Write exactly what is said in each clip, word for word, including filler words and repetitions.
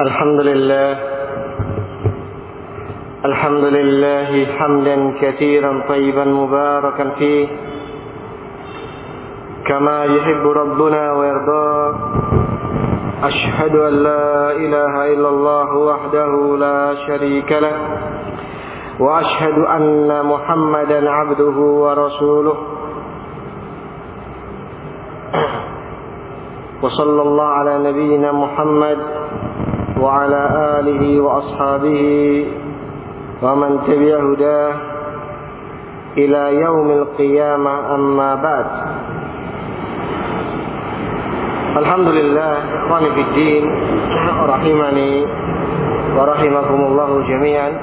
الحمد لله الحمد لله حمدا كثيرا طيبا مباركا فيه كما يحب ربنا ويرضاه. أشهد أن لا إله إلا الله وحده لا شريك له وأشهد أن محمدا عبده ورسوله وصلى الله على نبينا محمد وعلى آله وأصحابه ومن تبع هداه إلى يوم القيامة أما بعد. Alhamdulillah, ikhwani fiddin, rahimani wa rahimakumullahu jami'an.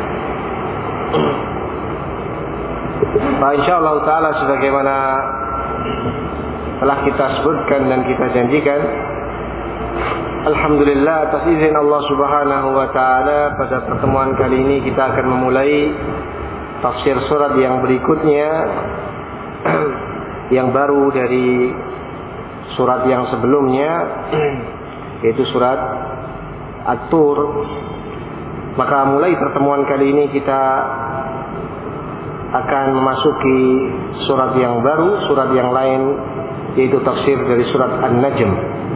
Nah, insyaallah taala sebagaimana telah kita sebutkan dan kita janjikan, alhamdulillah atas izin Allah Subhanahu wa taala, pada pertemuan kali ini kita akan memulai tafsir surat yang berikutnya yang baru dari surat yang sebelumnya, yaitu surat At-Tur. Maka mulai pertemuan kali ini kita akan memasuki surat yang baru, surat yang lain, yaitu tafsir dari surat An-Najm.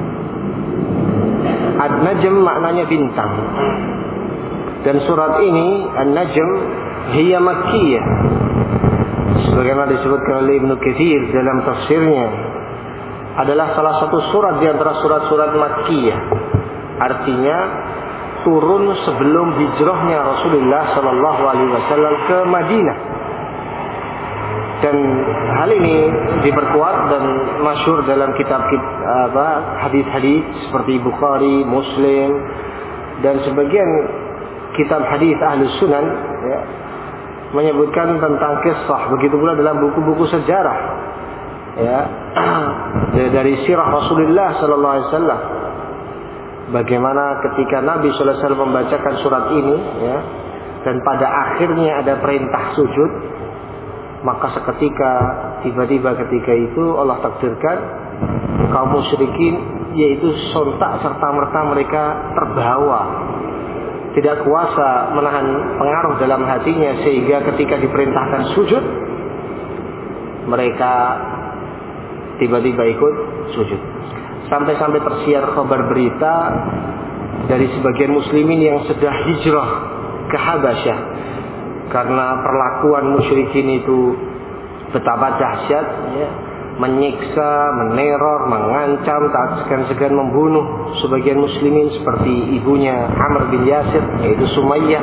An-Najm maknanya bintang. Dan surat ini An-Najm hiya makkiyah, sebagaimana disebutkan oleh Ibnu Katsir dalam tafsirnya, adalah salah satu surat di antara surat-surat makkiyah. Artinya turun sebelum hijrahnya Rasulullah sallallahu alaihi wasallam ke Madinah. Dan hal ini diperkuat dan masyhur dalam kitab apa hadis-hadis seperti Bukhari, Muslim, dan sebagian kitab hadis Ahlus Sunan, ya, menyebutkan tentang kisah. Begitu pula dalam buku-buku sejarah, ya, dari sirah Rasulullah sallallahu alaihi wasallam, bagaimana ketika Nabi sallallahu alaihi wasallam membacakan surat ini, ya, dan pada akhirnya ada perintah sujud, maka seketika tiba-tiba ketika itu Allah takdirkan kaum musyrikin, yaitu sontak serta merta mereka terbawa, tidak kuasa menahan pengaruh dalam hatinya, sehingga ketika diperintahkan sujud mereka tiba-tiba ikut sujud. Sampai-sampai tersiar kabar berita dari sebagian muslimin yang sedang hijrah ke Habasyah, karena perlakuan musyrikin itu betapa dahsyat, ya, menyiksa, meneror, mengancam, tak segan-segan membunuh sebagian muslimin seperti ibunya Amr bin Yasir, yaitu Sumayyah,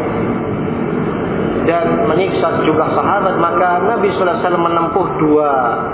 dan menyiksa juga sahabat. Maka Nabi sallallahu alaihi wasallam menempuh dua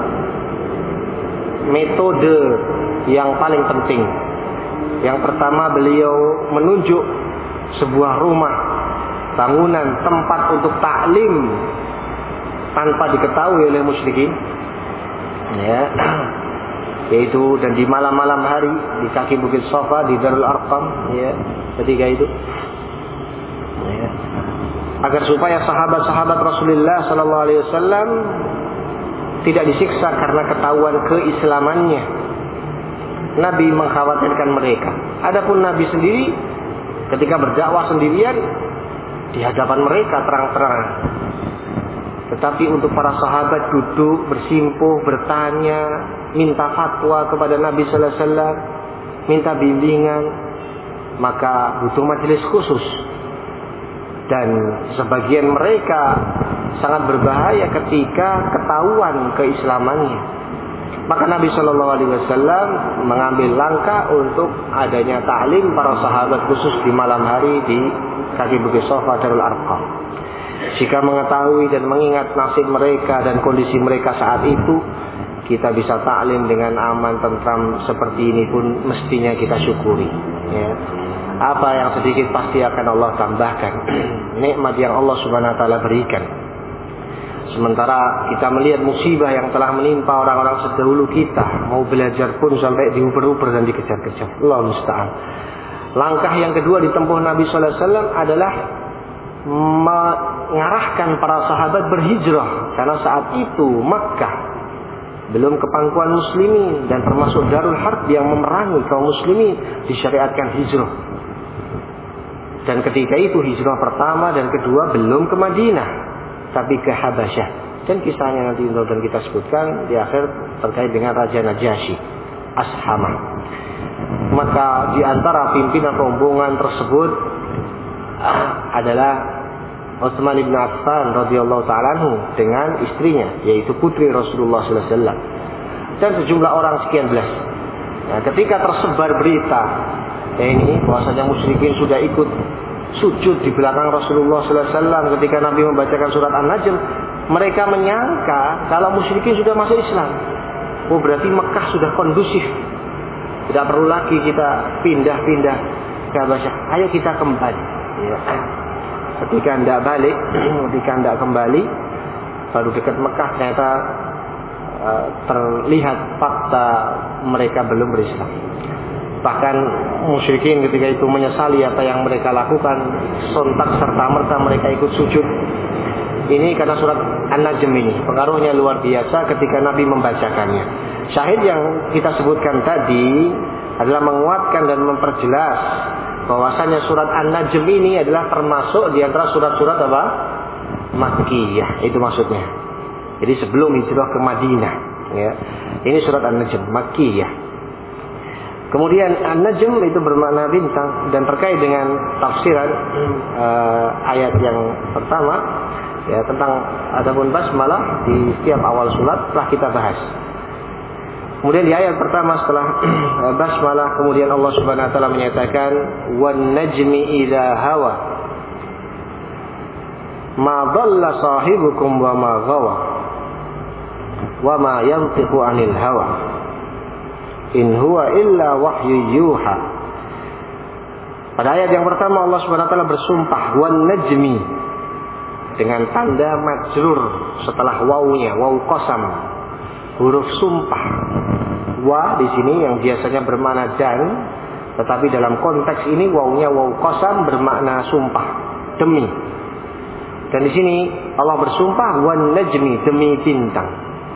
metode yang paling penting. Yang pertama, beliau menunjuk sebuah rumah, bangunan, tempat untuk taklim tanpa diketahui oleh musyrikin, ya, yaitu dan di malam-malam hari di kaki Bukit Safa di Darul Arqam, ya, ketika itu, ya, agar supaya sahabat-sahabat Rasulullah sallallahu alaihi wasallam tidak disiksa karena ketahuan keislamannya. Nabi mengkhawatirkan mereka. Adapun Nabi sendiri ketika berdakwah sendirian di hadapan mereka terang-terangan. Tetapi untuk para sahabat duduk bersimpuh, bertanya, minta fatwa kepada Nabi sallallahu alaihi wasallam, minta bimbingan, maka butuh majelis khusus. Dan sebagian mereka sangat berbahaya ketika ketahuan keislamannya. Maka Nabi Shallallahu Alaihi Wasallam mengambil langkah untuk adanya taklim para sahabat khusus di malam hari di kaki Bukit Safa Darul Arqam. Jika mengetahui dan mengingat nasib mereka dan kondisi mereka saat itu, kita bisa taklim dengan aman, tentram seperti ini pun mestinya kita syukuri, ya. Apa yang sedikit pasti akan Allah tambahkan. Nikmat yang Allah Subhanahu Wa Taala berikan. Sementara kita melihat musibah yang telah menimpa orang-orang sedahulu kita, mau belajar pun sampai diuber-uber dan dikejar-kejar. Allah musta'an. Langkah yang kedua ditempuh Nabi Sallallahu Alaihi Wasallam adalah mengarahkan para sahabat berhijrah, karena saat itu Makkah belum kepangkuan muslimin dan termasuk Darul Harb yang memerangi kaum muslimin, disyariatkan hijrah. Dan ketika itu hijrah pertama dan kedua belum ke Madinah, tapi ke Habasyah. Dan kisahnya nanti dan kita sebutkan di akhir terkait dengan Raja Najasyi, Ashamah. Maka di antara pimpinan rombongan tersebut adalah Utsman bin Affan radhiyallahu ta'ala anhu dengan istrinya, yaitu putri Rasulullah sallallahu alaihi wasallam, dan sejumlah orang sekian belas. Nah, ketika tersebar berita ya ini bahwasanya musyrikin sudah ikut sujud di belakang Rasulullah sallallahu alaihi wasallam ketika Nabi membacakan surat An-Najm, mereka menyangka kalau musyrikin sudah masuk Islam. Oh, berarti Mekah sudah kondusif, tidak perlu lagi kita pindah-pindah ke Habasyah. Ayo kita kembali. Ya. Ketika hendak balik, ketika hendak kembali, baru dekat Mekah ternyata uh, terlihat fakta mereka belum berislam. Bahkan musyrikin ketika itu menyesali apa yang mereka lakukan, sontak serta-merta mereka ikut sujud. Ini karena surat An-Najm ini pengaruhnya luar biasa ketika Nabi membacakannya. Syahid yang kita sebutkan tadi adalah menguatkan dan memperjelas bahwasanya surat An-Najm ini adalah termasuk di antara surat-surat apa? Makkiyah, itu maksudnya. Jadi sebelum hijrah ke Madinah, ya. Ini surat An-Najm Makkiyah. Kemudian An-Najm itu bermakna bintang, dan terkait dengan tafsiran uh, ayat yang pertama, ya, tentang adapun basmalah di setiap awal surat telah kita bahas. Kemudian di ayat pertama setelah basmalah, kemudian Allah Subhanahu wa taala menyatakan wan najmi idza hawa ma dhalla sahibukum wa ma ghawa wa ma yantiqu anil hawa in huwa illa wahyu yuha. Pada ayat yang pertama Allah Subhanahu wa taala bersumpah wan najmi dengan tanda majrur setelah wawunya, wawu qasam, huruf sumpah. Wa di sini yang biasanya bermakna dan, tetapi dalam konteks ini wawunya wawu qasam bermakna sumpah, demi. Dan di sini Allah bersumpah wan najmi, demi bintang.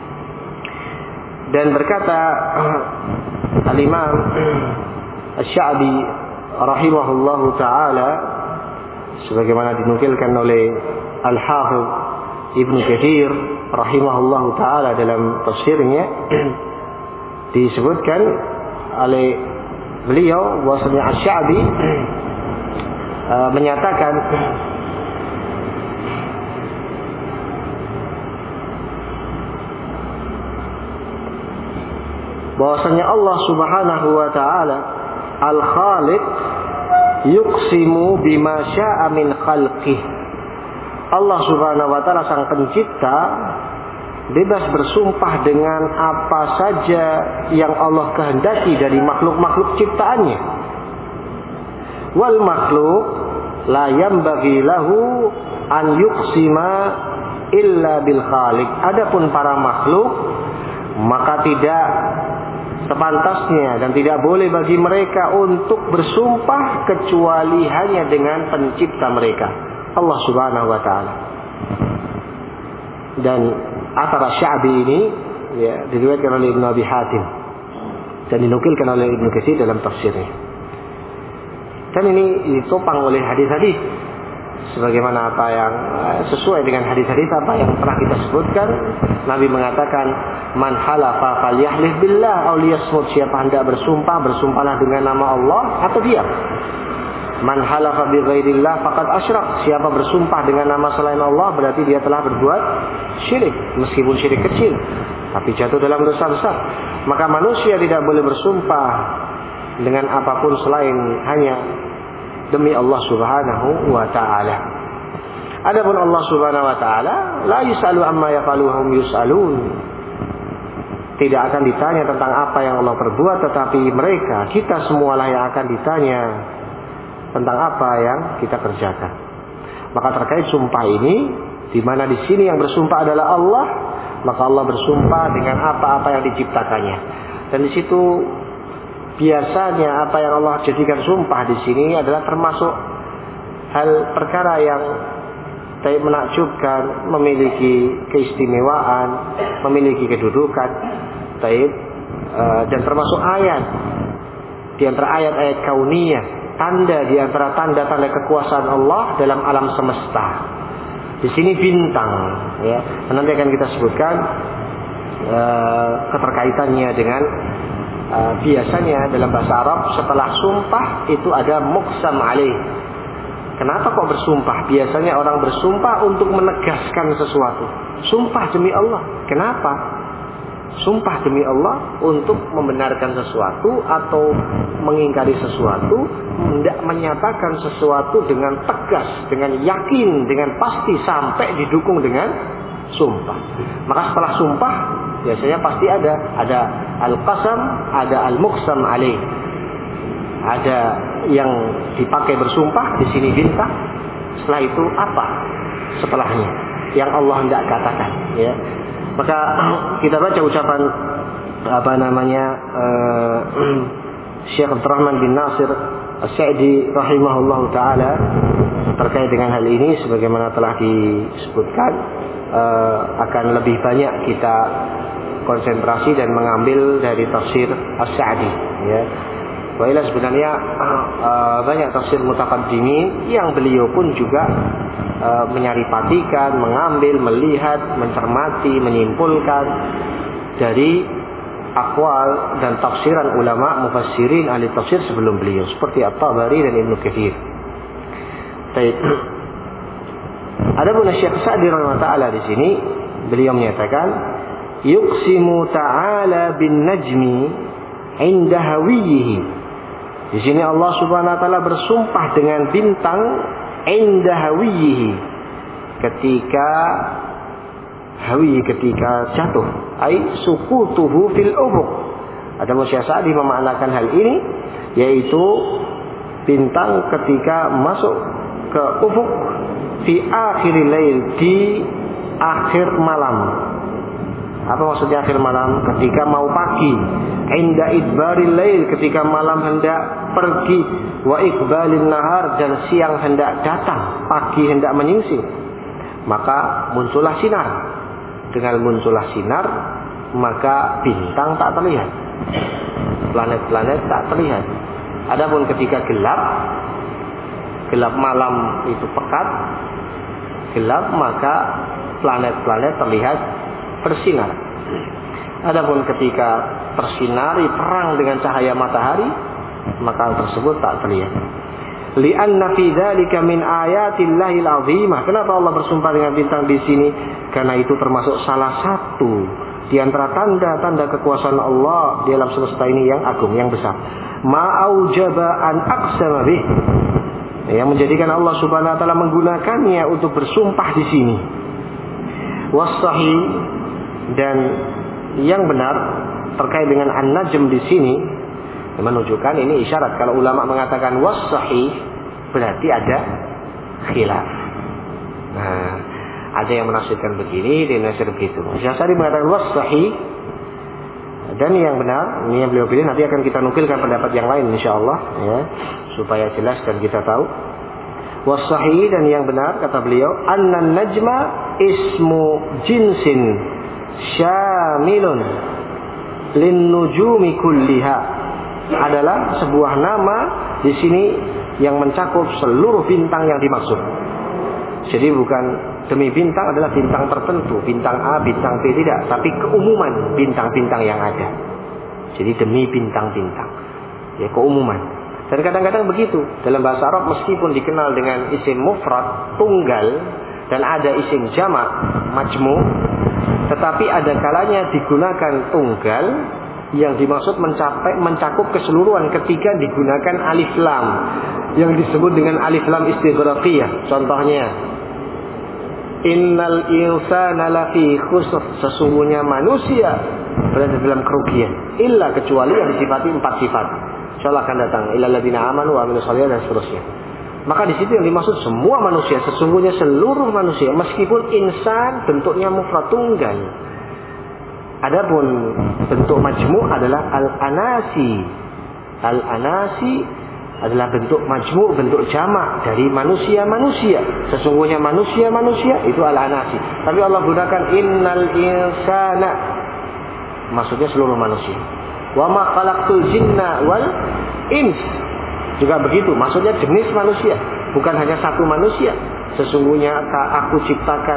Dan berkata Al-Imam Asy-Sya'bi rahimahullahu taala, sebagaimana dinukilkan oleh Al-Hafidz Ibnu Katsir rahimahullahu taala dalam tafsirnya, disebutkan oleh beliau bahwasanya Asy-Sya'bi uh, menyatakan bahwasanya Allah Subhanahu wa taala Al-Khaliq yuqsimu bima syaa min khalqih. Allah Subhanahu wa taala sang pencipta bebas bersumpah dengan apa saja yang Allah kehendaki dari makhluk-makhluk ciptaannya. Wal makhluk la yambaghi lahu an yuqsima illa bil khaliq. Adapun para makhluk maka tidak sepantasnya dan tidak boleh bagi mereka untuk bersumpah kecuali hanya dengan pencipta mereka, Allah Subhanahu wa taala. Dan athar Sya'bi ini ya, diriwayatkan oleh Ibnu Abi Hatim dan dinukilkan oleh Ibnu Katsir dalam tafsirnya. Dan ini ditopang oleh hadis-hadis sebagaimana apa yang sesuai dengan hadis-hadis apa yang telah kita sebutkan. Nabi mengatakan man halafa falyahlif billah aw liyasmut, siapa hendak bersumpah bersumpahlah dengan nama Allah atau diam. Man halafa bi ghairillah faqad asyrak, siapa bersumpah dengan nama selain Allah berarti dia telah berbuat syirik, meskipun syirik kecil tapi jatuh dalam dosa besar. Maka manusia tidak boleh bersumpah dengan apapun selain hanya demi Allah Subhanahu wa taala. Adapun Allah Subhanahu wa taala la yusalu amma yafalu hum yusalun, tidak akan ditanya tentang apa yang Allah perbuat, tetapi mereka, kita semualah yang akan ditanya tentang apa yang kita kerjakan. Maka terkait sumpah ini, di mana di sini yang bersumpah adalah Allah, maka Allah bersumpah dengan apa-apa yang diciptakannya. Dan di situ biasanya apa yang Allah jadikan sumpah di sini adalah termasuk hal perkara yang taib menakjubkan, memiliki keistimewaan, memiliki kedudukan, taib, uh, dan termasuk ayat di antara ayat-ayat kauniyah tanda di antara tanda-tanda kekuasaan Allah dalam alam semesta. Di sini bintang, ya. Nanti akan kita sebutkan uh, keterkaitannya dengan uh, biasanya dalam bahasa Arab setelah sumpah itu ada muqsam alaih. Kenapa kok bersumpah? Biasanya orang bersumpah untuk menegaskan sesuatu. Sumpah demi Allah. Kenapa? Sumpah demi Allah untuk membenarkan sesuatu atau mengingkari sesuatu, tidak menyatakan sesuatu dengan tegas, dengan yakin, dengan pasti sampai didukung dengan sumpah. Maka setelah sumpah biasanya pasti ada ada al-qasam, ada al-muqsam alaih. Ada yang dipakai bersumpah, di sini bintang. Setelah itu apa setelahnya yang Allah tidak katakan, ya. Maka kita baca ucapan apa namanya uh, Syekh Abdurrahman bin Nasir As-Sa'di rahimahullahu taala terkait dengan hal ini, sebagaimana telah disebutkan, uh, akan lebih banyak kita konsentrasi dan mengambil dari tafsir As-Sa'di, ya. Wailah sebenarnya uh, banyak tafsir mutaqaddimin yang beliau pun juga uh, menyaripatikan, mengambil, melihat, mencermati, menyimpulkan dari akwal dan tafsiran ulama mufassirin ahli tafsir sebelum beliau, seperti At-Tabari dan Ibnu Katsir. Baik. Adapun Syekh Sa'di rahimahullah taala di sini beliau menyatakan yuqsimu ta'ala bin najmi inda hawiyihi. Di sini Allah Subhanahu wa taala bersumpah dengan bintang inda hawiyihi, ketika hawi ketika jatuh, ai suqutuhu fil ufuq. Ada Syekh Sa'di memaknakan hal ini, yaitu bintang ketika masuk ke ufuk fi akhiril lail, di akhir malam. Apa maksudnya akhir malam? Ketika mau pagi. Inda idbaril lail, ketika malam hendak pergi. Wa iqbalin nahar, dan siang hendak datang, pagi hendak menyingsing. Maka muncullah sinar. Dengan muncullah sinar, maka bintang tak terlihat, planet-planet tak terlihat. Adapun ketika gelap, gelap malam itu pekat, gelap, maka planet-planet terlihat bersinar. Adapun ketika tersinari terang dengan cahaya matahari, maka hal tersebut tak terlihat. Li'anna fi dzalika min ayatillahil azimah. Kenapa Allah bersumpah dengan bintang di sini? Karena itu termasuk salah satu di antara tanda-tanda kekuasaan Allah di alam semesta ini yang agung, yang besar. Ma'aujaba an aqsama bih. Yang menjadikan Allah Subhanahu wa taala menggunakannya untuk bersumpah di sini. Was-sahih, dan yang benar terkait dengan an-najm di sini menunjukkan ini isyarat. Kalau ulama mengatakan was-sahih, berarti ada khilaf. Nah, ada yang menafsirkan begini, ada yang menafsir begitu. Syekh Sa'di mengatakan was-sahih, dan yang benar ini yang beliau pilih. Nanti akan kita nukilkan pendapat yang lain insyaallah, ya, supaya jelas dan kita tahu. Was-sahih, dan yang benar kata beliau, annan najma ismu jinsin syamilun lin nujumi kulliha, adalah sebuah nama di sini yang mencakup seluruh bintang yang dimaksud. Jadi bukan demi bintang adalah bintang tertentu, bintang A, bintang B, tidak, tapi keumuman bintang-bintang yang ada. Jadi demi bintang-bintang, ya, keumuman. Dan kadang-kadang begitu dalam bahasa Arab, meskipun dikenal dengan isim mufrad, tunggal, dan ada isim jamak, majmu', tetapi ada kalanya digunakan tunggal yang dimaksud mencapai mencakup keseluruhan ketika digunakan alif lam yang disebut dengan alif lam istighraqiyah. Contohnya, innal insana lafi khusr, sesungguhnya manusia berada dalam kerugian, illa, kecuali yang disifati empat sifat. Insyaallah akan datang, illal ladzina amanu wa amilus shalihat, dan seterusnya. Maka di situ yang dimaksud semua manusia, sesungguhnya seluruh manusia, meskipun insan bentuknya mufrad tunggal. Adapun bentuk majmu' adalah al-anasi. Al-anasi adalah bentuk majmu', bentuk jamak dari manusia-manusia. Sesungguhnya manusia-manusia itu al-anasi. Tapi Allah gunakan innal insana, maksudnya seluruh manusia. Wa ma khalaqtul jinna wal ins, juga begitu. Maksudnya jenis manusia, bukan hanya satu manusia. Sesungguhnya aku ciptakan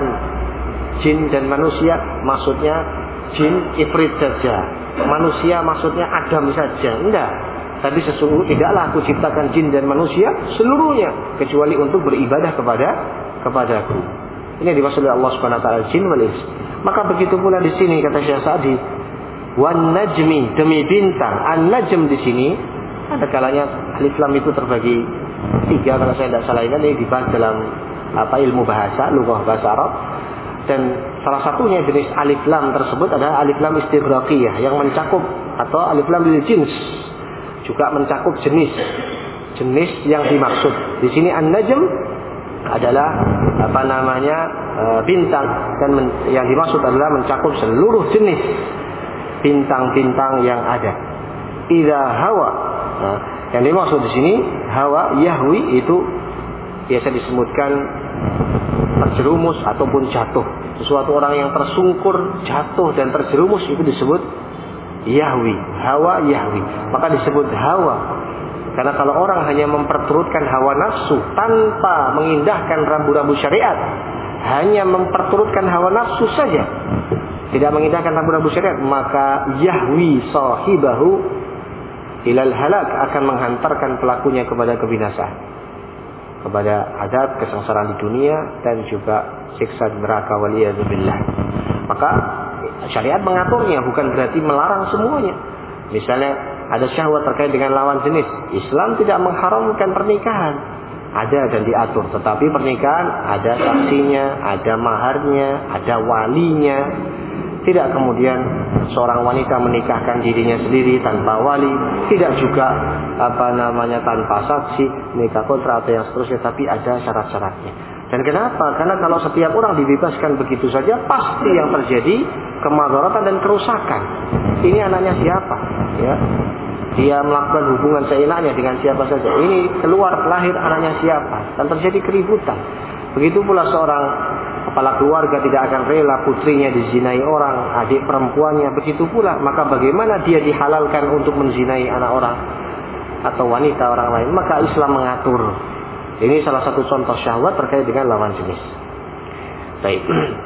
jin dan manusia, maksudnya jin ifrit saja, manusia maksudnya Adam saja. Enggak. Tapi sesungguhnya tidaklah aku ciptakan jin dan manusia seluruhnya kecuali untuk beribadah kepada kepadaku. Ini dimaksud oleh Allah Subhanahu wa taala jin wal ins. Maka begitu pula di sini kata Syekh Sa'di, wan najmi, demi bintang. An-najm di sini ada kalanya alif lam itu terbagi tiga kalau saya tidak salah, ini dibahas dalam apa ilmu bahasa, lughah bahasa Arab. Dan salah satunya jenis alif lam tersebut adalah alif lam istighraqiyah yang mencakup, atau alif lam lil jins, juga mencakup jenis jenis yang dimaksud. Di sini an-najm adalah apa namanya e, bintang, dan men, yang dimaksud adalah mencakup seluruh jenis bintang-bintang yang ada. Idza hawa, nah, yang dimaksud di sini hawa yahwi itu biasa disebutkan terjerumus ataupun jatuh. Sesuatu orang yang tersungkur, jatuh dan terjerumus itu disebut yahwi, hawa yahwi. Maka disebut hawa karena kalau orang hanya memperturutkan hawa nafsu tanpa mengindahkan rambu-rambu syariat, hanya memperturutkan hawa nafsu saja, tidak mengindahkan rambu-rambu syariat, maka yahwi sahibahu ilal halak, akan menghantarkan pelakunya kepada kebinasaan, kepada azab, kesengsaraan di dunia dan juga siksa neraka waliyadzubillah. Maka syariat mengaturnya, bukan berarti melarang semuanya. Misalnya ada syahwat terkait dengan lawan jenis, Islam tidak mengharamkan pernikahan, ada dan diatur. Tetapi pernikahan ada saksinya, ada maharnya, ada walinya. Tidak kemudian seorang wanita menikahkan dirinya sendiri tanpa wali, tidak juga apa namanya tanpa saksi, nikah kontra atau yang seterusnya, tapi ada syarat-syaratnya. Dan kenapa? Karena kalau setiap orang dibebaskan begitu saja, pasti yang terjadi kemadharatan dan kerusakan. Ini anaknya siapa? Ya, dia melakukan hubungan seenaknya dengan siapa saja. Ini keluar lahir anaknya siapa? Dan terjadi keributan. Begitu pula seorang kepala keluarga tidak akan rela putrinya dizinai orang, adik perempuannya begitu pula. Maka bagaimana dia dihalalkan untuk menzinai anak orang atau wanita orang lain? Maka Islam mengatur. Ini salah satu contoh syahwat terkait dengan lawan jenis. Baik.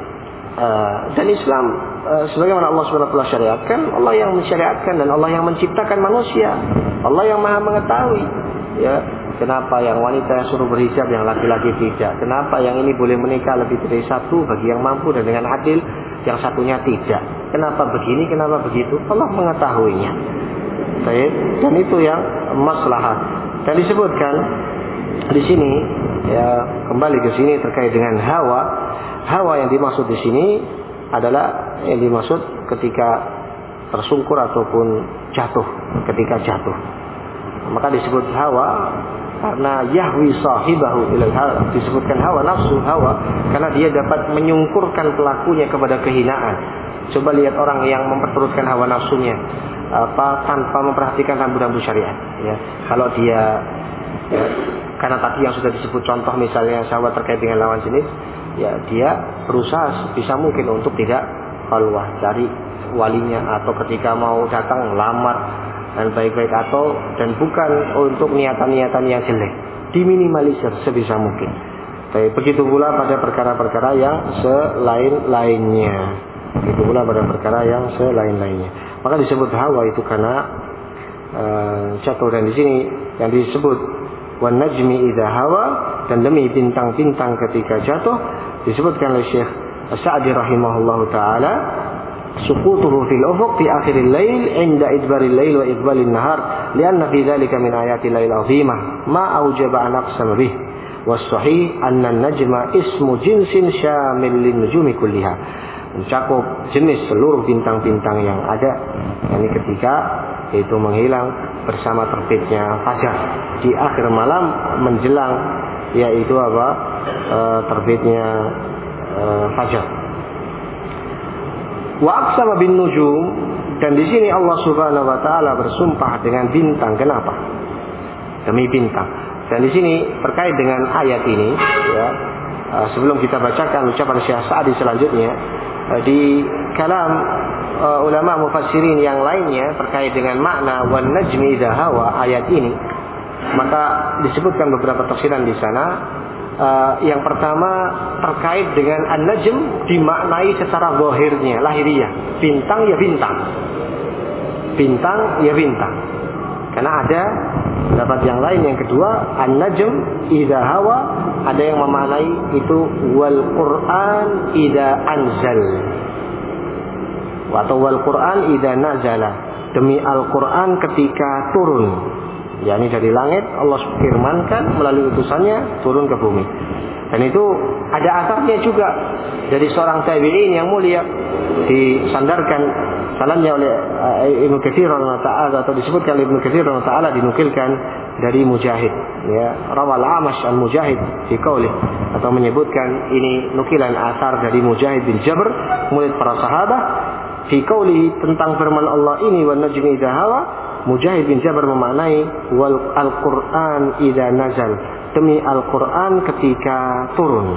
Uh, dan Islam uh, sebagaimana Allah subhanahu wa taala syariatkan, Allah yang mensyariatkan dan Allah yang menciptakan manusia, Allah yang maha mengetahui. Ya, kenapa yang wanita suruh berhijab, yang laki-laki tidak? Kenapa yang ini boleh menikah lebih dari satu bagi yang mampu dan dengan adil, yang satunya tidak? Kenapa begini? Kenapa begitu? Allah mengetahuinya. Baik, dan itu yang maslahat. Dan disebutkan di sini, ya kembali ke sini terkait dengan hawa. Hawa yang dimaksud di sini adalah yang dimaksud ketika tersungkur ataupun jatuh, ketika jatuh. Maka disebut hawa karena yahwi sahibahu ilal halak. Disebutkan hawa, nafsu hawa, karena dia dapat menyungkurkan pelakunya kepada kehinaan. Coba lihat orang yang memperturutkan hawa nafsunya apa tanpa memperhatikan rambu-rambu syariat. Ya, kalau dia ya, karena tadi yang sudah disebut contoh misalnya syahwat terkait dengan lawan jenis, ya dia berusaha bisa mungkin untuk tidak khalwah, cari walinya, atau ketika mau datang lamar dan baik-baik, atau dan bukan untuk niatan-niatan yang jelek, diminimalisir sebisa mungkin. Baik, begitu pula pada perkara-perkara yang selain-lainnya. Begitu pula pada perkara yang selain-lainnya. Maka disebut hawa itu karena uh, jatuh. Dan di sini yang disebut wan najmi idza hawa, dan demi bintang-bintang ketika jatuh, disebutkan oleh Syekh Sa'di rahimahullahu taala, suqutuhu fil ufuq fi akhiril lail inda idbaril lail wa iqbalin nahar lianna fi dzalika min ayatil lail azimah ma aujaba an aqsam bih was sahih anna an-najma ismu jinsin syamil lin nujumi kulliha, mencakup jenis seluruh bintang-bintang yang ada. Yani ketika itu menghilang bersama terbitnya fajar di akhir malam menjelang yaitu apa e, terbitnya e, fajar. Wa aqsama bin nujum, dan di sini Allah Subhanahu wa taala bersumpah dengan bintang. Kenapa? Demi bintang. Dan di sini terkait dengan ayat ini, ya, e, sebelum kita bacakan ucapan Syekh Sa'di selanjutnya, e, di kalam e, ulama mufassirin yang lainnya terkait dengan makna wan najmi idza hawa ayat ini, Maka disebutkan beberapa tafsiran di sana. Uh, yang pertama terkait dengan an-najm dimaknai secara zahirnya, lahiriah. Bintang ya bintang. Bintang ya bintang. Karena ada pendapat yang lain yang kedua, an-najm idza hawa, ada yang memaknai itu wal Qur'an idza anzal. Atau wal Qur'an idza nazala. Demi Al-Qur'an ketika turun. yakni dari langit Allah firmankan melalui utusannya turun ke bumi. Dan itu ada asarnya juga dari seorang tabi'in yang mulia, disandarkan sanadnya oleh uh, Ibnu Katsir rahimahullah taala, atau disebutkan oleh Ibnu Katsir rahimahullah taala, dinukilkan dari Mujahid, ya, rawal Amash al Mujahid fi qaulih, atau menyebutkan ini nukilan asar dari Mujahid bin Jabr murid para sahabat fi qaulih tentang firman Allah ini, wan najmi idza hawa. Mujahid bin Jabr memaknai wal Al-Qur'an idza nazal, demi Al-Qur'an ketika turun.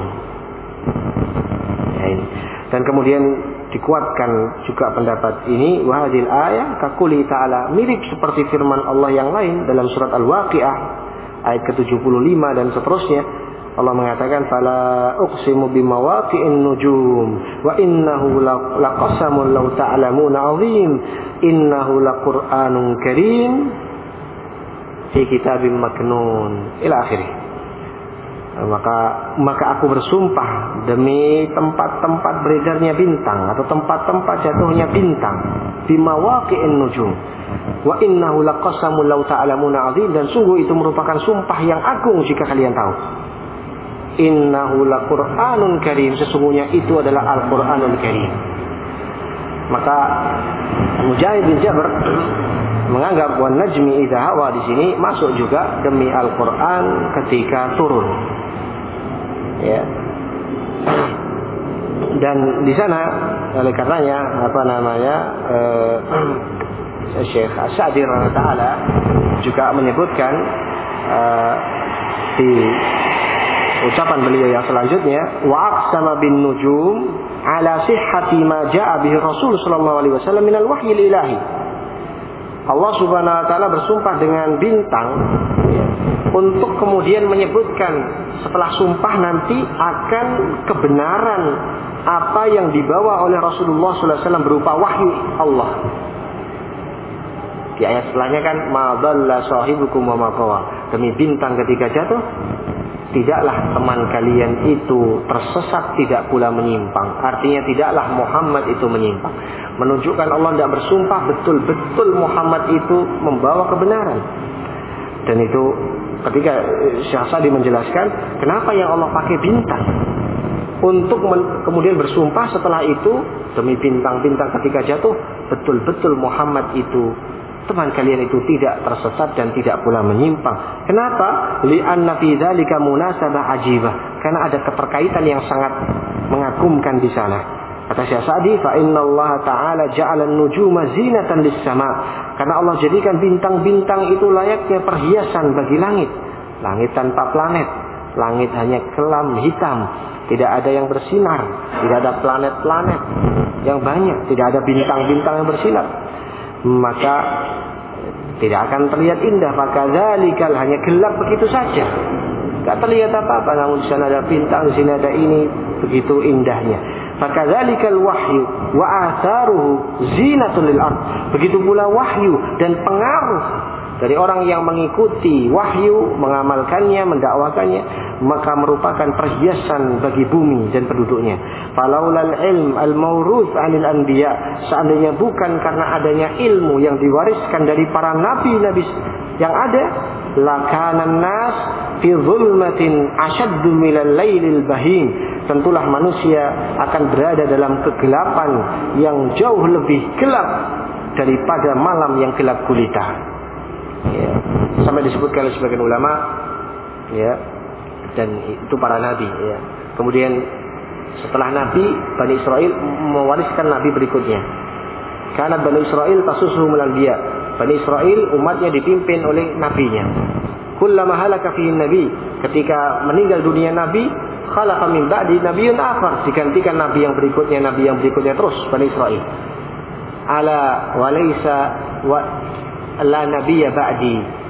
Ya, ini. Dan kemudian dikuatkan juga pendapat ini, wa hadhil ayah kaquli ta'ala, mirip seperti firman Allah yang lain dalam surat Al-Waqiah ayat ke tujuh puluh lima dan seterusnya. Allah mengatakan fala uqsimu bimawaqi'in nujum wa innahu laqasamun law ta'lamuna 'azim innahu laqur'anun karim fi kitabim maknun ila akhirih. Maka maka aku bersumpah demi tempat-tempat beredarnya bintang atau tempat-tempat jatuhnya bintang, bimawaqi'in nujum wa innahu laqasamun law ta'lamuna 'azim, dan sungguh itu merupakan sumpah yang agung jika kalian tahu. Innahu laqur'anun karim, sesungguhnya itu adalah Al-Qur'anul Karim. Maka Mujahid bin Jabr menganggap wan najmi idza hawa di sini masuk juga demi Al-Qur'an ketika turun. Ya. Dan di sana oleh karenanya apa namanya eh, Syekh As-Sa'di rahimahullah taala juga menyebutkan eh, di ucapan beliau yang selanjutnya, wa aqsama bin nujum ala sihhati ma jaa bihi Rasul sallallahu alaihi wasallam minal wahyil ilahi. Allah Subhanahu wa taala bersumpah dengan bintang, ya, untuk kemudian menyebutkan setelah sumpah nanti akan kebenaran apa yang dibawa oleh Rasulullah sallallahu alaihi wasallam berupa wahyu Allah. Di ayat setelahnya kan ma dhalla sahibukum wa ma ghawa, demi bintang ketika jatuh tidaklah teman kalian itu tersesat, tidak pula menyimpang. Artinya tidaklah Muhammad itu menyimpang. Menunjukkan Allah tidak bersumpah, betul-betul Muhammad itu membawa kebenaran. Dan itu ketika Syekh Sa'di menjelaskan kenapa yang Allah pakai bintang untuk men- kemudian bersumpah setelah itu demi bintang-bintang ketika jatuh, betul-betul Muhammad itu, teman kalian itu tidak tersesat dan tidak pula menyimpang. Kenapa? Li'anna fi dzalika munasabah ajibah. Karena ada keterkaitan yang sangat mengagumkan di sana. Kata Syekh Sa'di, fa innallaha ta'ala ja'ala an-nujuma zinatan lis-sama. Karena Allah jadikan bintang-bintang itu layaknya perhiasan bagi langit. Langit tanpa planet. Langit hanya kelam hitam. Tidak ada yang bersinar. Tidak ada planet-planet yang banyak. Tidak ada bintang-bintang yang bersinar. Maka tidak akan terlihat indah. Maka zalikal, hanya gelap begitu saja, tidak terlihat apa-apa. Namun di sana ada bintang, di sini ada ini, begitu indahnya. Maka zalikal wahyu wa atharuhu zinatul lil ard. Begitu pula wahyu dan pengaruh dari orang yang mengikuti wahyu, mengamalkannya, mendakwakannya, maka merupakan perhiasan bagi bumi dan penduduknya. Falaulal ilm al-mawruth 'anil anbiya, seandainya bukan karena adanya ilmu yang diwariskan dari para nabi-nabi yang ada, lakanan nas fi zulmatin ashaddu minal lailil bahim, tentulah manusia akan berada dalam kegelapan yang jauh lebih gelap daripada malam yang gelap gulita. Ya, sampai disebutkan oleh sebagian ulama, ya, dan itu para nabi, ya. Kemudian setelah nabi, Bani Israel mewariskan nabi berikutnya. Karena Bani Israel tasusuhum al-anbiya, Bani Israel umatnya dipimpin oleh nabinya. Kullama halaka fihi nabi, ketika meninggal dunia nabi, khalaqa min ba'di nabiyyun akhar, digantikan nabi yang berikutnya, nabi yang berikutnya, terus Bani Israel. Ala wa laisa wa la nabiyya ba'di,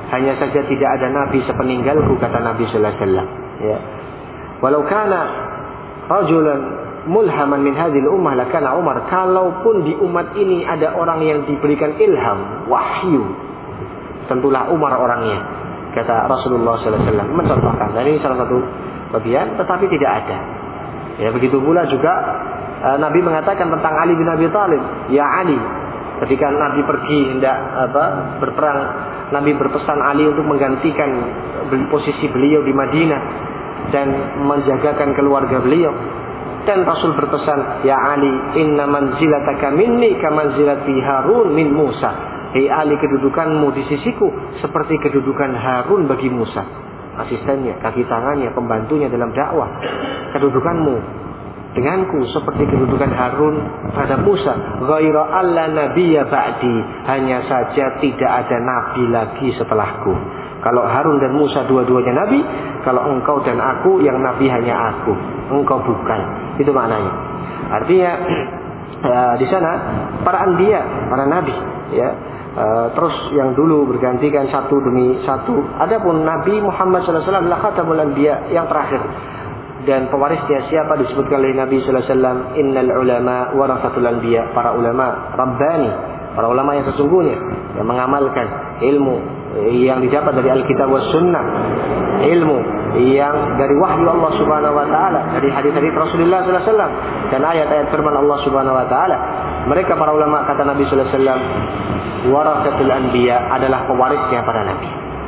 Hanya saja tidak ada nabi sepeninggalku, kata Nabi sallallahu alaihi wasallam. Ya. Walau kana rajulan mulhaman min hadhil ummah lakana Umar. Kalaupun di umat ini ada orang yang diberikan ilham, wahyu, tentulah Umar orangnya, kata Rasulullah sallallahu alaihi wasallam. Mencontohkan, dan ini salah satu bagian, tetapi tidak ada. Ya, begitu pula juga uh, Nabi mengatakan tentang Ali bin Abi Thalib, ya Ali, ketika Nabi pergi hendak apa berperang, Nabi berpesan Ali untuk menggantikan posisi beliau di Madinah dan menjagakan keluarga beliau. Dan Rasul berpesan, ya Ali, inna manzilataka minni kamanzilati Harun min Musa. Hei Ali, kedudukanmu di sisiku seperti kedudukan Harun bagi Musa, asistennya, kaki tangannya, pembantunya dalam dakwah. Kedudukanmu denganku seperti kedudukan Harun terhadap Musa. Ghaira alla nabiyya ba'di, hanya saja tidak ada nabi lagi setelahku. Kalau Harun dan Musa dua-duanya nabi, kalau engkau dan aku yang nabi hanya aku, engkau bukan. Itu maknanya. Artinya ya, di sana para anbiya, para nabi, ya. Uh, terus yang dulu bergantikan satu demi satu. Adapun Nabi Muhammad sallallahu alaihi wasallam khatamul anbiya, yang terakhir. Dan pewarisnya siapa disebutkan oleh Nabi sallallahu alaihi wasallam, innal ulama warasatul anbiya, para ulama rabbani, para ulama yang sesungguhnya yang mengamalkan ilmu yang didapat dari Alkitab was Sunnah, ilmu yang dari wahyu Allah Subhanahu wa taala, dari hadis-hadis Rasulullah sallallahu alaihi wasallam dan ayat-ayat firman Allah Subhanahu wa taala. Mereka para ulama, kata Nabi sallallahu alaihi wasallam, warasatul anbiya, adalah pewarisnya para nabi.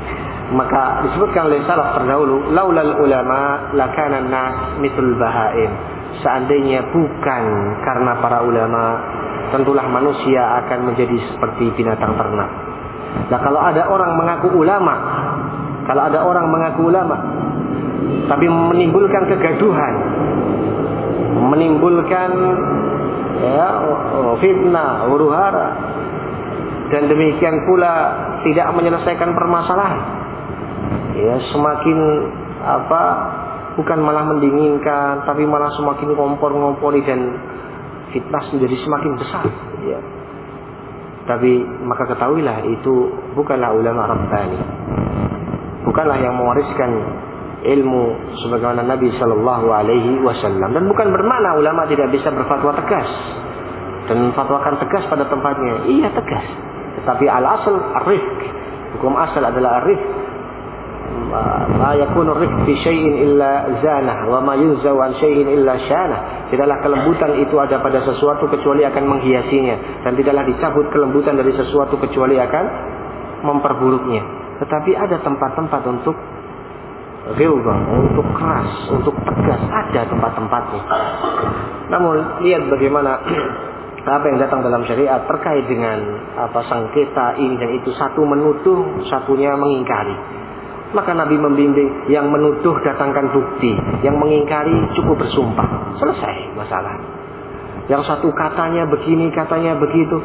Maka disebutkan oleh salaf terdahulu, laulal ulama lakana nas mithl bahaim. Seandainya bukan karena para ulama, tentulah manusia akan menjadi seperti binatang ternak. Nah, kalau ada orang mengaku ulama, kalau ada orang mengaku ulama tapi menimbulkan kegaduhan, menimbulkan ya, fitnah, huru-hara, dan demikian pula tidak menyelesaikan permasalahan, ya, semakin apa, bukan malah mendinginkan, tapi malah semakin ngompor-ngompori dan fitnah menjadi semakin besar, ya. Tapi maka ketahuilah itu bukanlah ulama rabbani, bukanlah yang mewariskan ilmu sebagaimana Nabi Shallallahu Alaihi Wasallam. Dan bukan bermakna ulama tidak bisa berfatwa tegas dan fatwakan tegas pada tempatnya. Iya, tegas. Tetapi al-asal ar-rifq. Hukum asal adalah ar-rifq. Ma yakunu rifq fi syai'in illa zanah wa ma yunzau an syai'in illa syanah. Tidaklah kelembutan itu ada pada sesuatu kecuali akan menghiasinya, dan tidaklah dicabut kelembutan dari sesuatu kecuali akan memperburuknya. Tetapi ada tempat-tempat untuk ghilzah, untuk keras, untuk tegas, ada tempat-tempatnya. Namun lihat bagaimana apa yang datang dalam syariat terkait dengan apa sengketa ini dan itu, satu menuduh, satunya mengingkari. Maka Nabi membimbing, yang menuduh datangkan bukti, yang mengingkari cukup bersumpah, selesai masalah. Yang satu katanya begini, katanya begitu.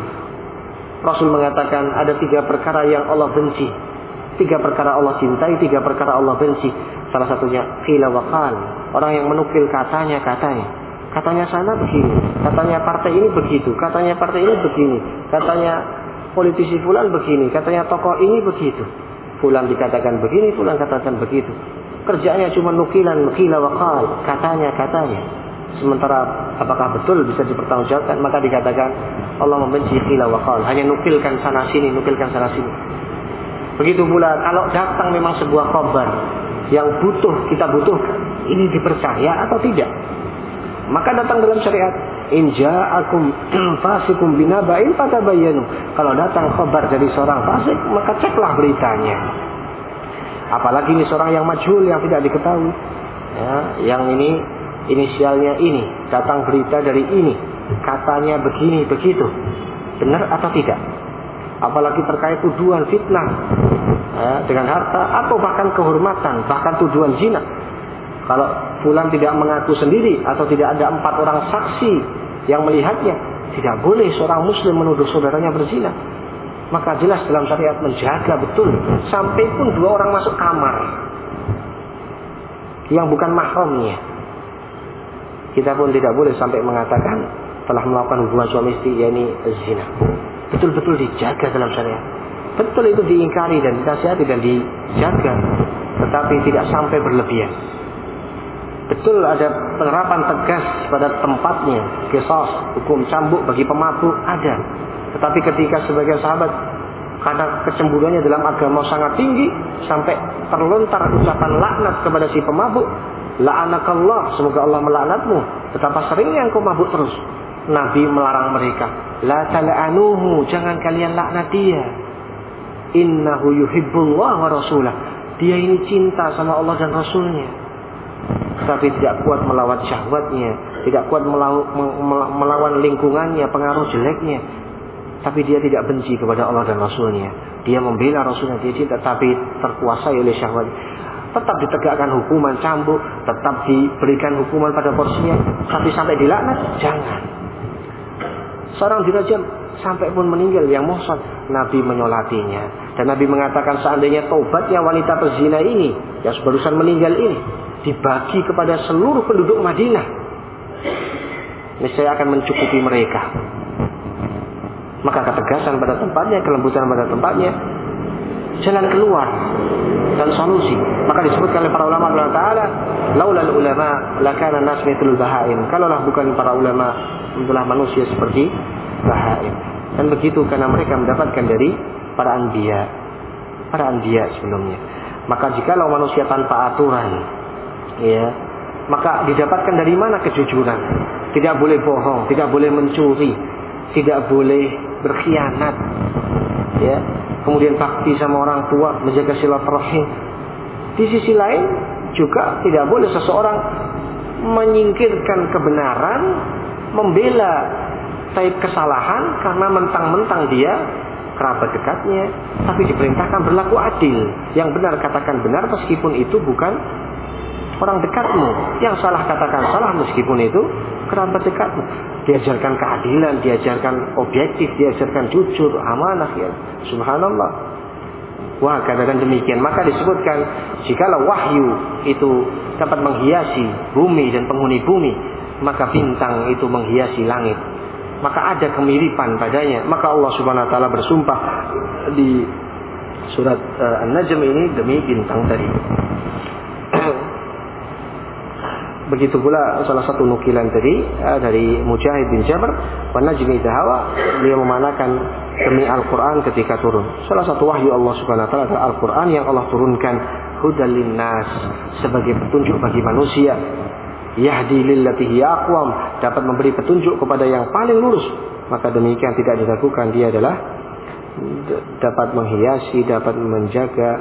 Rasul mengatakan ada tiga perkara yang Allah benci, tiga perkara Allah cintai, tiga perkara Allah benci. Salah satunya qila wa qal, orang yang menukil katanya katanya. Katanya sana begini, katanya partai ini begitu, katanya partai ini begini, katanya politisi fulan begini, katanya tokoh ini begitu. Fulan dikatakan begini, fulan katakan begitu. Kerjanya cuma nukilan, qila wa qal, katanya katanya. Sementara apakah betul bisa dipertanggungjawabkan? Maka dikatakan Allah membenci qila wa qal, hanya nukilkan sana sini, nukilkan sana sini. Begitu pula kalau datang memang sebuah khabar yang butuh, kita butuhkan, ini dipercaya atau tidak? Maka datang dalam syariat, in ja'akum fasikum binaba'in fatabayyanu. Kalau datang khabar dari seorang fasik, maka ceklah beritanya. Apalagi ini seorang yang majhul, yang tidak diketahui, ya, yang ini inisialnya ini, datang berita dari ini, katanya begini begitu, benar atau tidak? Apalagi terkait tuduhan fitnah, ya, dengan harta atau bahkan kehormatan, bahkan tuduhan zina. Kalau fulan tidak mengaku sendiri atau tidak ada empat orang saksi yang melihatnya, tidak boleh seorang muslim menuduh saudaranya berzina. Maka jelas dalam syariat menjaga betul, sampai pun dua orang masuk kamar yang bukan mahramnya, kita pun tidak boleh sampai mengatakan telah melakukan hubungan suami istri, yakni zina. Betul-betul dijaga dalam syariat. Betul itu diingkari dan dinasihati dan dijaga, tetapi tidak sampai berlebihan. Betul ada penerapan tegas pada tempatnya, qisas, hukum cambuk bagi pemabuk ada. Tetapi ketika sebagian sahabat karena kecemburuannya dalam agama sangat tinggi sampai terlontar ucapan laknat kepada si pemabuk, la'anakallah, semoga Allah melaknatmu, betapa seringnya engkau mabuk terus. Nabi melarang mereka, la tal'anuhu, jangan kalian laknat dia. Innahu yuhibbullah wa rasulah, dia ini cinta sama Allah dan Rasulnya, tapi tidak kuat melawan syahwatnya, tidak kuat melawan, melawan lingkungannya, pengaruh jeleknya. Tapi dia tidak benci kepada Allah dan Rasulnya, dia membela Rasulnya, dia cinta, tapi terkuasai oleh syahwat. Tetap ditegakkan hukuman cambuk, tetap diberikan hukuman pada porsinya, tapi sampai dilaknat jangan. Seorang dirajam sampai pun meninggal yang muhsan, Nabi menyolatinya. Dan Nabi mengatakan seandainya taubatnya wanita pezina ini yang barusan meninggal ini dibagi kepada seluruh penduduk Madinah, niscaya akan mencukupi mereka. Maka ketegasan pada tempatnya, kelembutan pada tempatnya, jalan keluar dan solusi. Maka disebutkan oleh para ulama Allah Ta'ala, laulal ulama lakana nas mithlul bahaim. Kalaulah bukan para ulama, itulah manusia seperti bahaim. Dan begitu karena mereka mendapatkan dari para anbiya, para anbiya sebelumnya. Maka jikalau manusia tanpa aturan, ya, maka didapatkan dari mana kejujuran? Tidak boleh bohong, tidak boleh mencuri, tidak boleh berkhianat, ya. Kemudian bakti sama orang tua, menjaga silaturahim. Di sisi lain juga tidak boleh seseorang menyingkirkan kebenaran, membela taib kesalahan karena mentang-mentang dia kerabat dekatnya, tapi diperintahkan berlaku adil. Yang benar katakan benar meskipun itu bukan orang dekatmu, yang salah katakan salah meskipun itu kerabat dekatmu. Diajarkan keadilan, diajarkan objektif, diajarkan jujur, amanah, ya. Subhanallah. Wah, katakan demikian. Maka disebutkan jikalau wahyu itu dapat menghiasi bumi dan penghuni bumi, maka bintang itu menghiasi langit. Maka ada kemiripan padanya. Maka Allah Subhanahu wa taala bersumpah di surat uh, An-Najm ini demi bintang tadi. Begitu pula salah satu nukilan tadi uh, dari Mujahid bin Jabr, "Wan najmi idza hawa", beliau memanakan demi Al-Qur'an ketika turun. Salah satu wahyu Allah Subhanahu wa taala adalah Al-Qur'an yang Allah turunkan hudal linnas, sebagai petunjuk bagi manusia. Yahdi lillati hiya aqwam, dapat memberi petunjuk kepada yang paling lurus. Maka demikian tidak diragukan dia adalah dapat menghiasi, dapat menjaga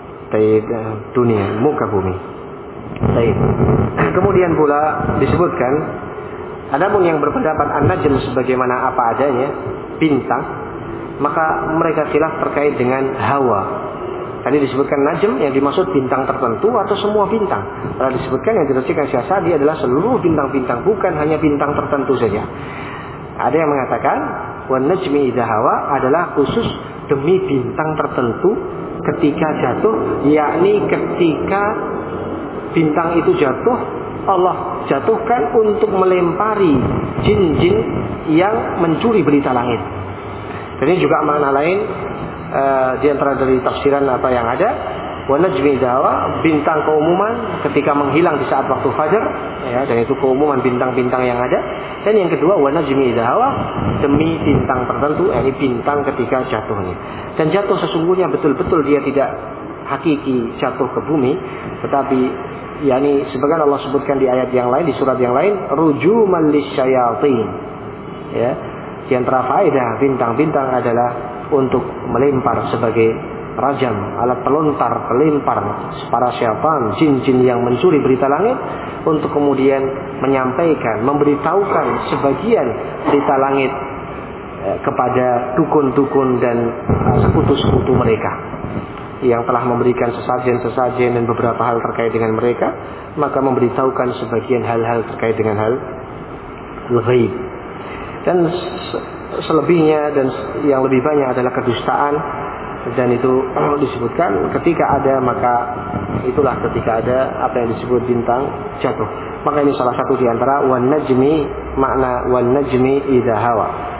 dunia, muka bumi. Baik. Kemudian pula disebutkan, adapun yang berpendapat an-najm sebagaimana apa adanya, bintang, maka mereka khilaf terkait dengan hawa. Tadi disebutkan najm yang dimaksud bintang tertentu atau semua bintang. Telah disebutkan yang direcikan Syekh Sa'di adalah seluruh bintang-bintang, bukan hanya bintang tertentu saja. Ada yang mengatakan wan najmi idza hawa adalah khusus demi bintang tertentu ketika jatuh, yakni ketika bintang itu jatuh, Allah jatuhkan untuk melempari jin-jin yang mencuri berita langit. Dan ini juga makna lain uh, di antara dari tafsiran apa yang ada. Wa najmi idza hawa, bintang keumuman ketika menghilang di saat waktu fajar, ya, dan itu keumuman bintang-bintang yang ada. Dan yang kedua wa najmi idza hawa, demi bintang tertentu, yakni bintang ketika jatuhnya. Dan jatuh sesungguhnya betul-betul dia tidak hakiki jatuh ke bumi, tetapi yakni sebagian Allah sebutkan di ayat yang lain, di surat yang lain, rujuman lisyayatin. Ya, di antara faedah bintang-bintang adalah untuk melempar sebagai rajam, alat pelontar, pelempar para syaitan, jin-jin yang mencuri berita langit, untuk kemudian menyampaikan, memberitahukan sebagian berita langit eh, kepada dukun-dukun dan eh, sekutu-sekutu mereka yang telah memberikan sesajen-sesajen dan beberapa hal terkait dengan mereka, maka memberitahukan sebagian hal-hal terkait dengan hal ghaib. Dan selebihnya dan yang lebih banyak adalah kedustaan. Dan itu disebutkan ketika ada, maka itulah ketika ada apa yang disebut bintang jatuh. Maka ini salah satu diantara wan najmi, makna wan najmi idza hawa.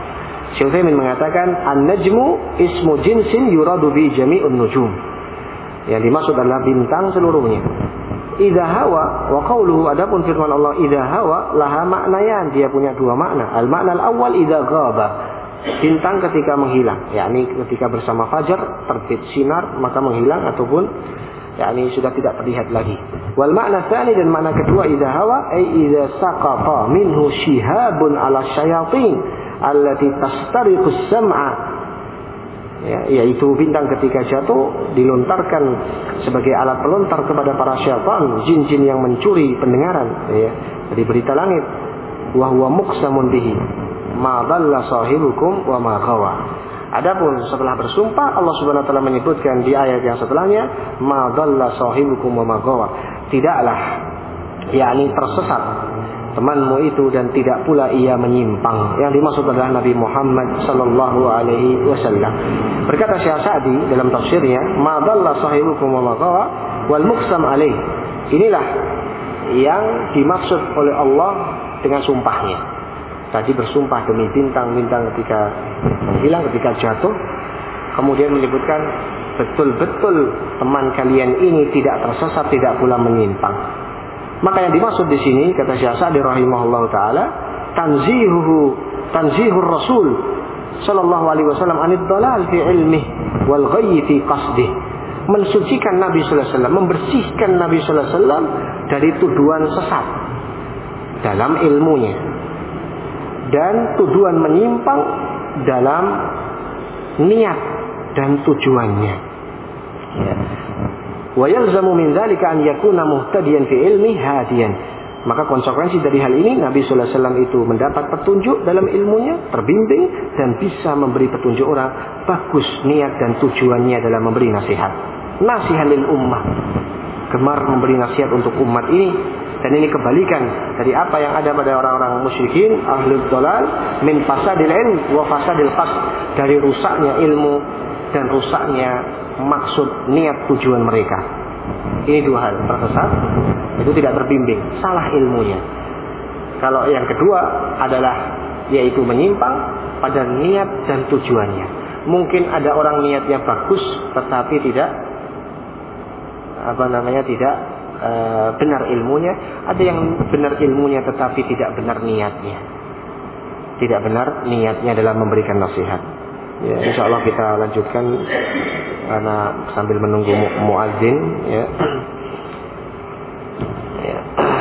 Syekh Utsaimin mengatakan an-najmu ismu jinsin yuradu bi jami'un nujum. Yang dimaksud adalah bintang seluruhnya. Idza hawa wa qawluhu, adapun firman Allah idza hawa laha maknayan, dia punya dua makna. Al-makna al-awwal idza ghaba, bintang ketika menghilang, yakni ketika bersama fajar terbit sinar maka menghilang ataupun yakni sudah tidak terlihat lagi. Wal makna tsani, dan makna kedua idza hawa ay idza saqata minhu shihabun ala syayatin allati tastariqu as-sam'a, ya, yaitu bintang ketika jatuh dilontarkan sebagai alat pelontar kepada para syaitan, jin-jin yang mencuri pendengaran, ya, dari berita langit. Wa huwa muqsamun bihi ma dhalla sahibukum wa ma ghawa. Adapun setelah bersumpah, Allah Subhanahu wa taala menyebutkan di ayat yang setelahnya ma dhalla sahibukum wa ma ghawa, tidaklah yakni tersesat temanmu itu dan tidak pula ia menyimpang. Yang dimaksud adalah Nabi Muhammad sallallahu alaihi wasallam. Berkata Syekh Sa'di dalam tafsirnya, ma dhalla sahibukum wa ma ghawa wal muqsam alaih, inilah yang dimaksud oleh Allah dengan sumpahnya. Tadi bersumpah demi bintang-bintang ketika menghilang, ketika jatuh. Kemudian menyebutkan betul-betul teman kalian ini tidak tersesat, tidak pula menyimpang. Maka yang dimaksud di sini, kata Syekh Sa'di rahimahullah taala, tanzihuhu tanzihur Rasul sallallahu alaihi wasallam anid dalal fi ilmih wal ghayyi fi qasdih. Mensucikan Nabi sallallahu alaihi wasallam, membersihkan Nabi sallallahu alaihi wasallam dari tuduhan sesat dalam ilmunya dan tuduhan menyimpang dalam niat dan tujuannya. Ya. Wa yalzamu min dzalika an yakuna muhtadiyan fi ilmi hadiyan. Maka konsekuensi dari hal ini, Nabi sallallahu alaihi wasallam itu mendapat petunjuk dalam ilmunya, terbimbing dan bisa memberi petunjuk orang, bagus niat dan tujuannya dalam memberi nasihat. Nasihat lil ummah, gemar memberi nasihat untuk umat ini. Dan ini kebalikan dari apa yang ada pada orang-orang musyrikin, ahlul dhalal, min fasadil ilm wa fasadil qasd, dari rusaknya ilmu dan rusaknya maksud niat tujuan mereka. Ini dua hal, tersesat, itu tidak terbimbing, salah ilmunya. Kalau yang kedua adalah yaitu menyimpang pada niat dan tujuannya. Mungkin ada orang niatnya bagus tetapi tidak apa namanya tidak e, benar ilmunya. Ada yang benar ilmunya tetapi tidak benar niatnya. Tidak benar niatnya dalam memberikan nasihat. Ya, insya Allah kita lanjutkan karena sambil menunggu mu muadzin. Ya. Ya.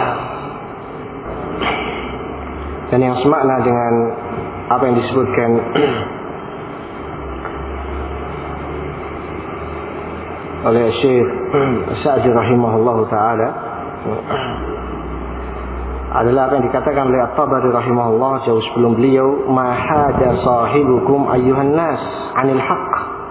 Dan yang semakna dengan apa yang disebutkan oleh Syekh Sa'di rahimahullahu taala adalah apa yang dikatakan oleh At-Tabari rahimahullah jauh sebelum beliau, ma hada sahibukum ayyuhan nas 'anil haqq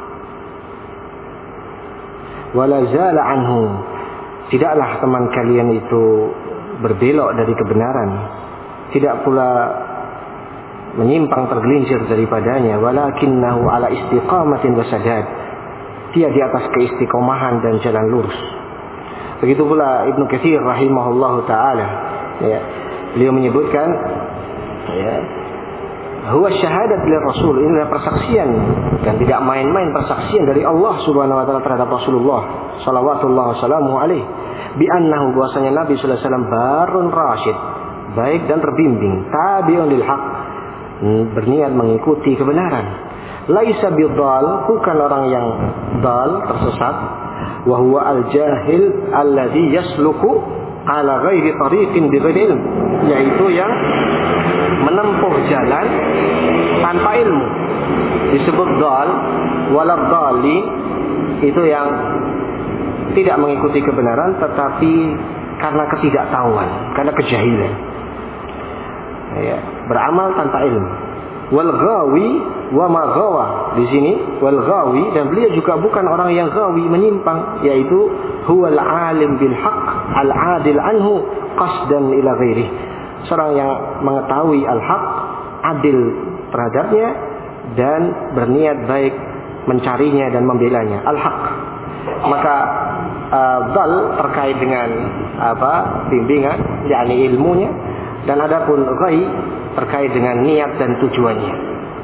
wa la zala anhu, tidaklah teman kalian itu berbelok dari kebenaran, tidak pula menyimpang tergelincir daripadanya, walakinnahu ala istiqamatin wa sadad, dia di atas keistiqomahan dan jalan lurus. Begitu pula Ibnu Katsir rahimahullahu taala, ya, beliau menyebutkan, ya, huwa syahadat lir rasul, ini adalah persaksian dan tidak main-main persaksian dari Allah Subhanahu wa taala terhadap Rasulullah sallallahu wasallam alaihi bi annahu, bahwasanya Nabi sallallahu alaihi wasallam barun rasyid, baik dan terbimbing, tabi'un lil haq, berniat mengikuti kebenaran. Laisa bidhal, bukan orang yang dal, tersesat. Wa huwa al-jahil alladhi yasluku ala ghairi tariqin bi ghairi ilm, yaitu yang menempuh jalan tanpa ilmu. Disebut dal, walad dali, itu yang tidak mengikuti kebenaran tetapi karena ketidaktahuan, karena kejahilan. Ya, beramal tanpa ilmu. Wal ghawi wa ma ghawa, di sini wal ghawi, dan beliau juga bukan orang yang ghawi, menyimpang, yaitu huwal alim bil haqq al adil anhu qasdan ila ghairi, seorang yang mengetahui al haq, adil terhadapnya dan berniat baik mencarinya dan membelanya, al haq. Maka uh, dal terkait dengan apa? Bimbingan, yakni ilmunya, dan adapun ghai terkait dengan niat dan tujuannya.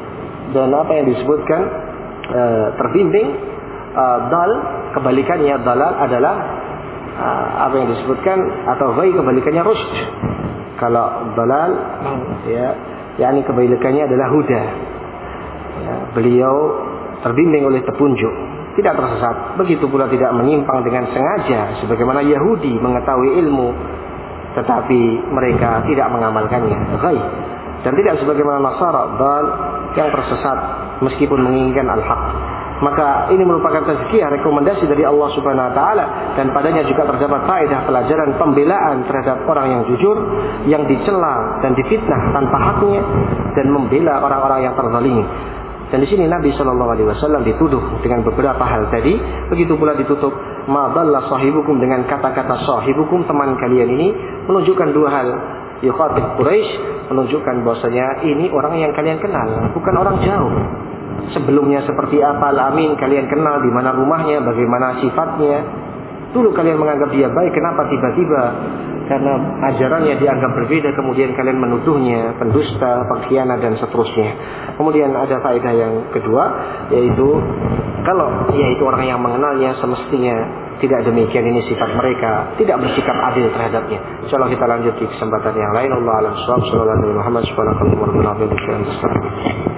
Dan apa yang disebutkan uh, terbimbing, uh, dal kebalikannya dalal adalah uh, apa yang disebutkan, atau ghai kebalikannya rusyd. Kalau dalal ya, yakni kebalikannya adalah huda. Ya, beliau terbimbing oleh petunjuk, tidak tersesat. Begitu pula tidak menyimpang dengan sengaja, sebagaimana Yahudi mengetahui ilmu tetapi mereka tidak mengamalkannya, ghaib. Dan tidak sebagaimana Nasara dal yang tersesat meskipun menginginkan al-haq. Maka ini merupakan tazkiyah, rekomendasi dari Allah Subhanahu wa taala, dan padanya juga terdapat faedah pelajaran pembelaan terhadap orang yang jujur, yang dicela dan difitnah tanpa haknya, dan membela orang-orang yang terzalimi. Dan di sini Nabi Shallallahu Alaihi Wasallam dituduh dengan beberapa hal tadi. Begitu pula ditutup ma dhalla sahibukum, dengan kata-kata sahibukum, teman kalian ini, menunjukkan dua hal. Yukhatib Quraisy, menunjukkan bahwasanya ini orang yang kalian kenal, bukan orang jauh. Sebelumnya seperti apa Al-Amin kalian kenal, di mana rumahnya, bagaimana sifatnya. Dulu kalian menganggap dia baik, kenapa tiba-tiba karena ajarannya dianggap berbeda kemudian kalian menuduhnya pendusta, pengkhianat, dan seterusnya. Kemudian ada faedah yang kedua, yaitu kalau yaitu orang yang mengenalnya semestinya tidak demikian ini sifat mereka, tidak bersikap adil terhadapnya. Insyaallah kita lanjut di kesempatan yang lain. Allah a'lam bishawab. Sallallahu alaihi Muhammad sallallahu alaihi wasallam.